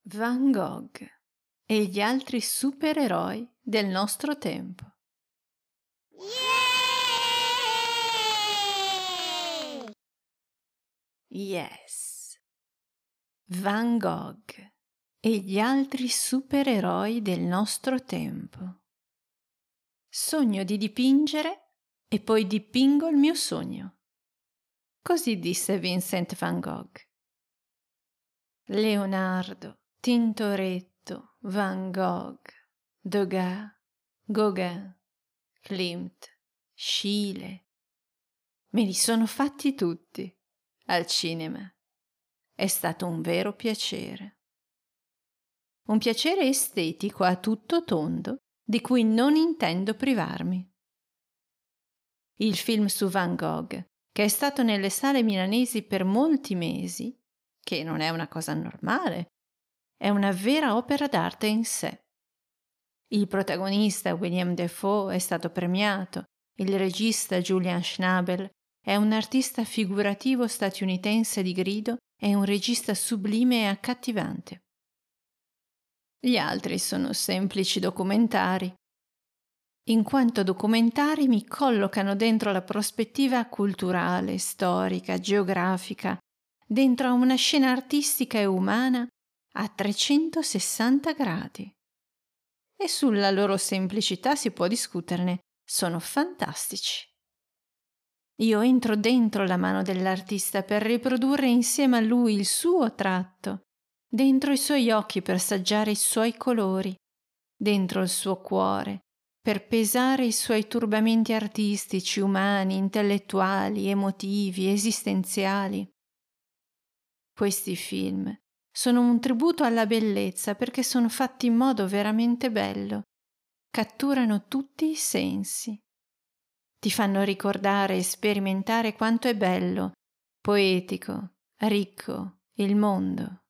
Van Gogh e gli altri supereroi del nostro tempo. Yay! Yes. Van Gogh e gli altri supereroi del nostro tempo. Sogno di dipingere e poi dipingo il mio sogno. Così disse Vincent van Gogh. Leonardo, Tintoretto, Van Gogh, Degas, Gauguin, Klimt, Schiele. Me li sono fatti tutti al cinema. È stato un vero piacere. Un piacere estetico a tutto tondo di cui non intendo privarmi. Il film su Van Gogh, che è stato nelle sale milanesi per molti mesi, che non è una cosa normale, è una vera opera d'arte in sé. Il protagonista William Dafoe è stato premiato, il regista Julian Schnabel è un artista figurativo statunitense di grido e un regista sublime e accattivante. Gli altri sono semplici documentari. In quanto documentari mi collocano dentro la prospettiva culturale, storica, geografica, dentro a una scena artistica e umana a 360 gradi. E sulla loro semplicità si può discuterne, sono fantastici. Io entro dentro la mano dell'artista per riprodurre insieme a lui il suo tratto, dentro i suoi occhi per assaggiare i suoi colori, dentro il suo cuore per pesare i suoi turbamenti artistici, umani, intellettuali, emotivi, esistenziali. Questi film sono un tributo alla bellezza perché sono fatti in modo veramente bello, catturano tutti i sensi. Ti fanno ricordare e sperimentare quanto è bello, poetico, ricco il mondo.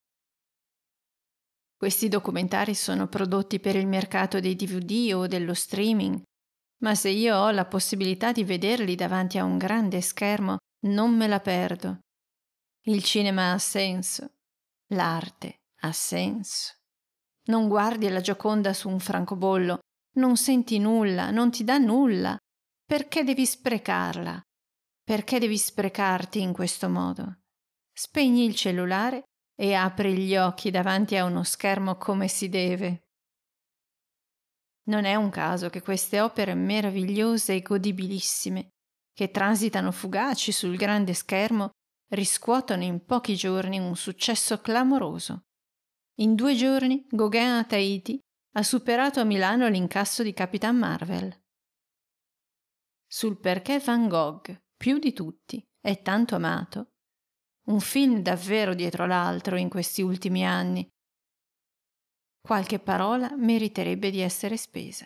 Questi documentari sono prodotti per il mercato dei DVD o dello streaming, ma se io ho la possibilità di vederli davanti a un grande schermo, non me la perdo. Il cinema ha senso, l'arte ha senso. Non guardi la Gioconda su un francobollo, non senti nulla, non ti dà nulla. Perché devi sprecarla? Perché devi sprecarti in questo modo? Spegni il cellulare e apri gli occhi davanti a uno schermo come si deve. Non è un caso che queste opere meravigliose e godibilissime, che transitano fugaci sul grande schermo, riscuotono in pochi giorni un successo clamoroso. In 2 giorni Gauguin a Tahiti ha superato a Milano l'incasso di Capitan Marvel. Sul perché Van Gogh, più di tutti, è tanto amato. Un film davvero dietro l'altro in questi ultimi anni. Qualche parola meriterebbe di essere spesa.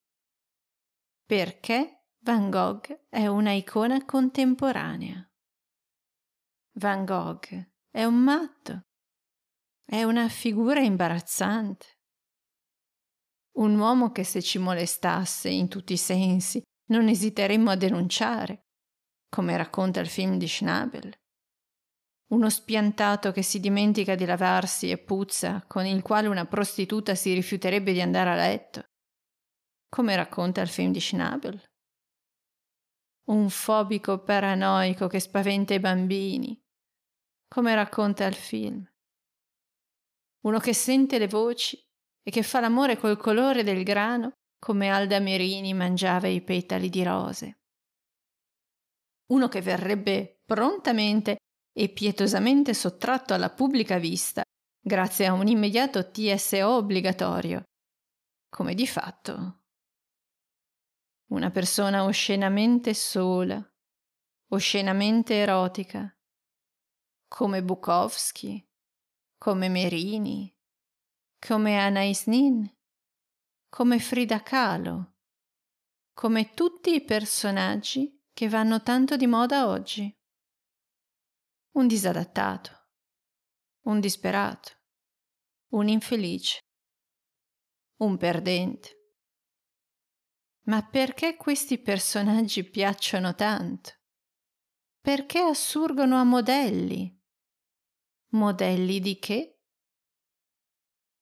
Perché Van Gogh è una icona contemporanea. Van Gogh è un matto. È una figura imbarazzante. Un uomo che se ci molestasse in tutti i sensi non esiteremmo a denunciare, come racconta il film di Schnabel. Uno spiantato che si dimentica di lavarsi e puzza, con il quale una prostituta si rifiuterebbe di andare a letto, come racconta il film di Schnabel. Un fobico paranoico che spaventa i bambini, come racconta il film. Uno che sente le voci e che fa l'amore col colore del grano, come Alda Merini mangiava i petali di rose. Uno che verrebbe prontamente e pietosamente sottratto alla pubblica vista grazie a un immediato TSO obbligatorio, come di fatto. Una persona oscenamente sola, oscenamente erotica, come Bukowski, come Merini, come Anais Nin, come Frida Kahlo, come tutti i personaggi che vanno tanto di moda oggi. Un disadattato, un disperato, un infelice, un perdente. Ma perché questi personaggi piacciono tanto? Perché assurgono a modelli? Modelli di che?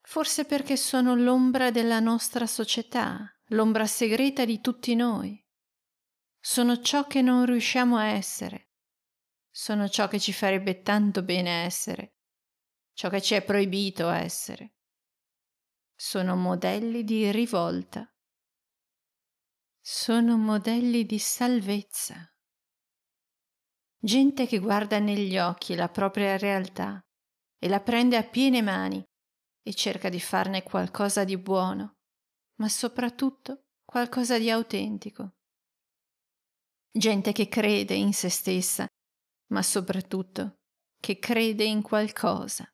Forse perché sono l'ombra della nostra società, l'ombra segreta di tutti noi. Sono ciò che non riusciamo a essere. Sono ciò che ci farebbe tanto bene essere, ciò che ci è proibito essere. Sono modelli di rivolta. Sono modelli di salvezza. Gente che guarda negli occhi la propria realtà e la prende a piene mani e cerca di farne qualcosa di buono, ma soprattutto qualcosa di autentico. Gente che crede in se stessa, ma soprattutto che crede in qualcosa.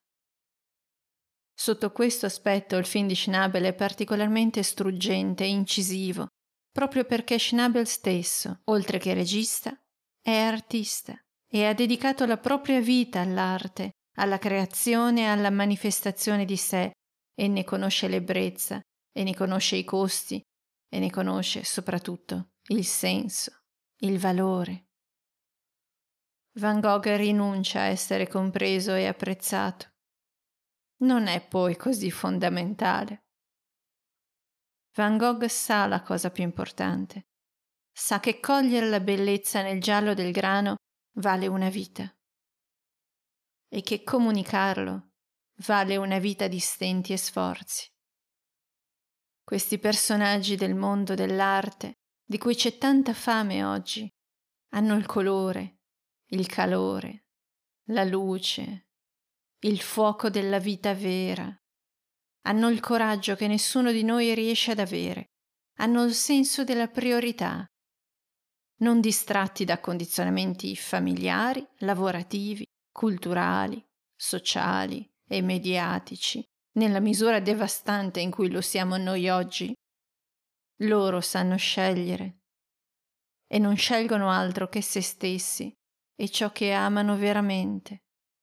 Sotto questo aspetto il film di Schnabel è particolarmente struggente e incisivo, proprio perché Schnabel stesso, oltre che regista, è artista e ha dedicato la propria vita all'arte, alla creazione e alla manifestazione di sé, e ne conosce l'ebbrezza, e ne conosce i costi, e ne conosce soprattutto il senso, il valore. Van Gogh rinuncia a essere compreso e apprezzato. Non è poi così fondamentale. Van Gogh sa la cosa più importante. Sa che cogliere la bellezza nel giallo del grano vale una vita e che comunicarlo vale una vita di stenti e sforzi. Questi personaggi del mondo dell'arte, di cui c'è tanta fame oggi, hanno il colore, il calore, la luce, il fuoco della vita vera. Hanno il coraggio che nessuno di noi riesce ad avere. Hanno il senso della priorità, non distratti da condizionamenti familiari, lavorativi, culturali, sociali e mediatici, nella misura devastante in cui lo siamo noi oggi. Loro sanno scegliere e non scelgono altro che se stessi e ciò che amano veramente.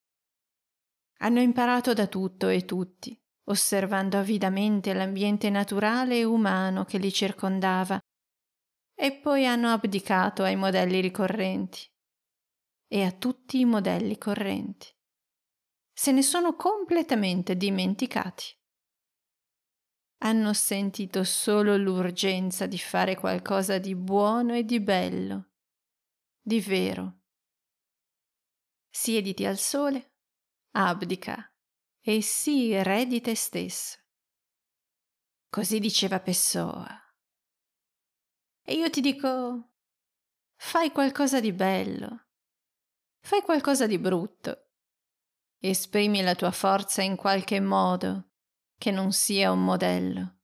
Hanno imparato da tutto e tutti, osservando avidamente l'ambiente naturale e umano che li circondava, e poi hanno abdicato ai modelli ricorrenti e a tutti i modelli correnti. Se ne sono completamente dimenticati. Hanno sentito solo l'urgenza di fare qualcosa di buono e di bello, di vero. Siediti al sole, abdica e sii re di te stesso. Così diceva Pessoa. E io ti dico, fai qualcosa di bello, fai qualcosa di brutto, esprimi la tua forza in qualche modo che non sia un modello.